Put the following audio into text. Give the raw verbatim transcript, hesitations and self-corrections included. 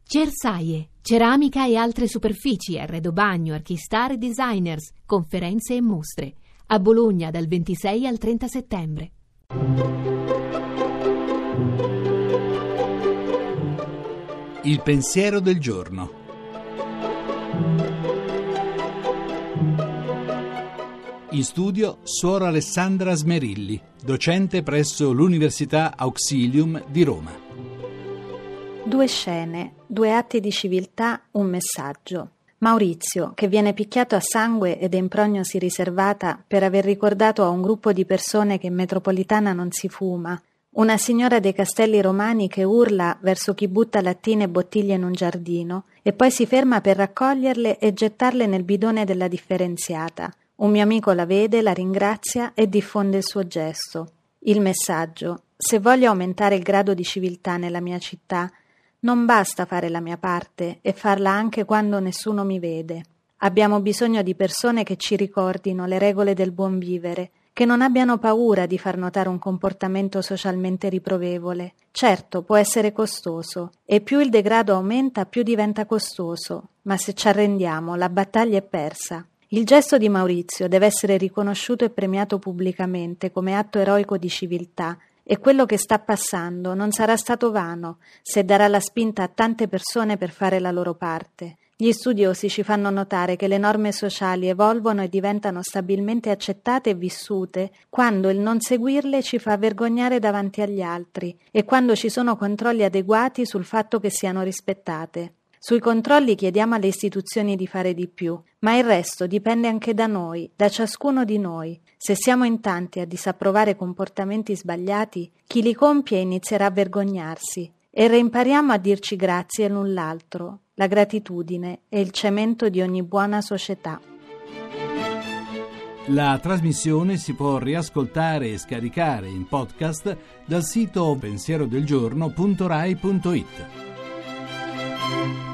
Cersaie, ceramica e altre superfici, arredo bagno, archistar e designers, conferenze e mostre. A Bologna dal ventisei al trenta settembre. Il pensiero del giorno. In studio Suor Alessandra Smerilli, docente presso l'Università Auxilium di Roma. Due scene, due atti di civiltà, un messaggio. Maurizio, che viene picchiato a sangue ed è in prognosi riservata per aver ricordato a un gruppo di persone che in metropolitana non si fuma. Una signora dei castelli romani che urla verso chi butta lattine e bottiglie in un giardino e poi si ferma per raccoglierle e gettarle nel bidone della differenziata. Un mio amico la vede, la ringrazia e diffonde il suo gesto. Il messaggio: se voglio aumentare il grado di civiltà nella mia città, non basta fare la mia parte e farla anche quando nessuno mi vede. Abbiamo bisogno di persone che ci ricordino le regole del buon vivere, che non abbiano paura di far notare un comportamento socialmente riprovevole. Certo, può essere costoso, e più il degrado aumenta, più diventa costoso, ma se ci arrendiamo, la battaglia è persa. Il gesto di Maurizio deve essere riconosciuto e premiato pubblicamente come atto eroico di civiltà, e quello che sta passando non sarà stato vano se darà la spinta a tante persone per fare la loro parte. Gli studiosi ci fanno notare che le norme sociali evolvono e diventano stabilmente accettate e vissute quando il non seguirle ci fa vergognare davanti agli altri e quando ci sono controlli adeguati sul fatto che siano rispettate. Sui controlli chiediamo alle istituzioni di fare di più, ma il resto dipende anche da noi, da ciascuno di noi. Se siamo in tanti a disapprovare comportamenti sbagliati, chi li compie inizierà a vergognarsi e reimpariamo a dirci grazie l'un l'altro. La gratitudine è il cemento di ogni buona società. La trasmissione si può riascoltare e scaricare in podcast dal sito pensierodelgiorno punto rai punto it.